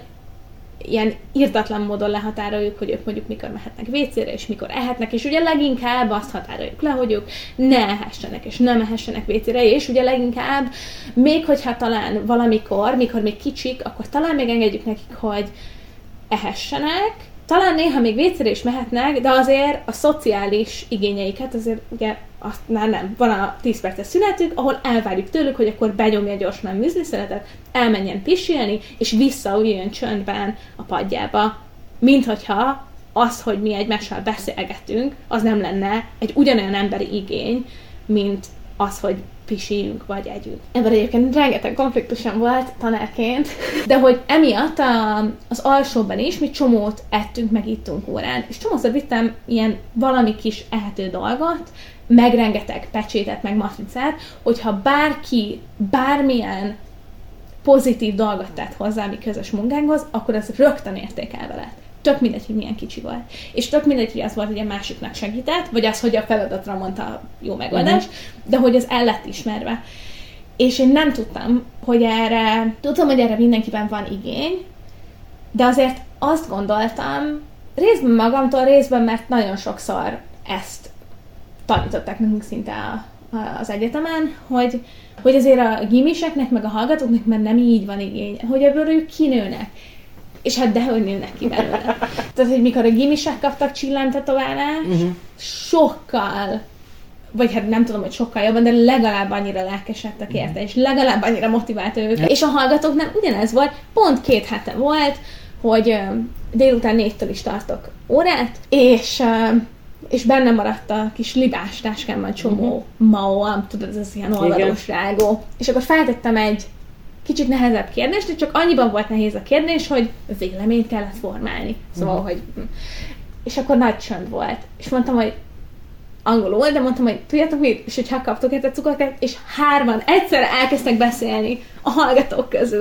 ilyen irdatlan módon lehatároljuk, hogy ők mondjuk mikor mehetnek vécére, és mikor ehetnek, és ugye leginkább azt határoljuk le, hogy ők ne ehessenek, és nem ehessenek vécére, és ugye leginkább, még hogyha talán valamikor, mikor még kicsik, akkor talán még engedjük nekik, hogy ehessenek, talán néha még vécére is mehetnek, de azért a szociális igényeiket azért ugye azt már nem. Van a tíz perces szünetük, ahol elvárjuk tőlük, hogy akkor benyomja gyorsan a műzliszeletet, elmenjen pisilni, és visszaüljön csöndben a padjába. Mint hogyha az, hogy mi egymással beszélgetünk, az nem lenne egy ugyanolyan emberi igény, mint az, hogy pisiljünk vagy együtt. Ebben egyébként rengeteg konfliktusom volt tanárként, de hogy emiatt a, az alsóban is mi csomót ettünk, meg ittunk órán. És csomószor vittem ilyen valami kis ehető dolgot, meg rengeteg pecsétet, meg matricát, hogyha bárki bármilyen pozitív dolgot tett hozzá mi közös munkánkhoz, akkor az rögtön értékelve lett. Tök mindegy, hogy milyen kicsi volt. És tök mindegy, hogy az volt, hogy a másiknak segített, vagy az, hogy a feladatra mondta a jó megoldás, uh-huh. de hogy az el lett ismerve. És én nem tudtam, hogy erre, tudtam, hogy erre mindenkiben van igény, de azért azt gondoltam, részben magamtól, részben, mert nagyon sokszor ezt tanították nekünk szinte a, a, az egyetemen, hogy, hogy azért a gimiseknek, meg a hallgatóknak már nem így van igény, hogy ebből ők kinőnek. És hát dehogy nőnek ki belőle. Tehát, hogy mikor a gimisek kaptak csillantetoválást, uh-huh. sokkal, vagy hát nem tudom, hogy sokkal jobban, de legalább annyira lelkesedtek érte, uh-huh. és legalább annyira motiválta őket. Uh-huh. És a hallgatóknál ugyanez volt, pont két hete volt, hogy uh, délután négytől is tartok órát, és, uh, és benne maradt a kis libás táskámban csomó uh-huh. mao, tudod, ez az ilyen olvadós rágó. És akkor feltettem egy kicsit nehezebb kérdés, de csak annyiban volt nehéz a kérdés, hogy véleményt kellett formálni. Szóval, uh-huh. hogy... És akkor nagy csönd volt. És mondtam, hogy angolul, de mondtam, hogy tudjátok mit? És hogyha kaptok egy cukorkát, és hárman egyszerre elkezdtek beszélni a hallgatók közül.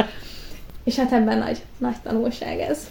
És hát ebben nagy, nagy tanulság ez.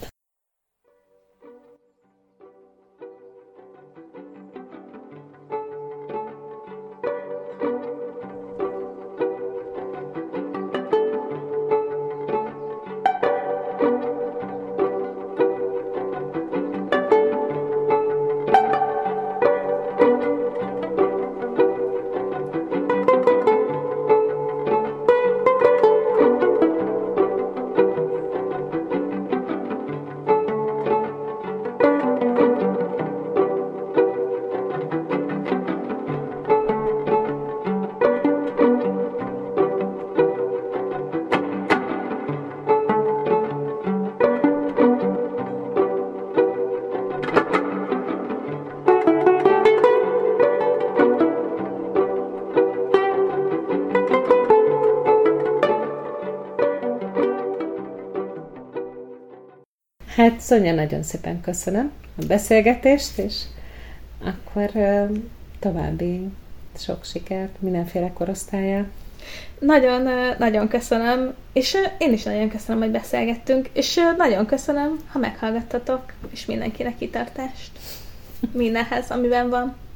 Hát Szonya, nagyon szépen köszönöm a beszélgetést, és akkor további sok sikert mindenféle korosztályá. Nagyon, nagyon köszönöm, és én is nagyon köszönöm, hogy beszélgettünk, és nagyon köszönöm, ha meghallgattatok, és mindenkinek kitartást mindenhez, amiben van.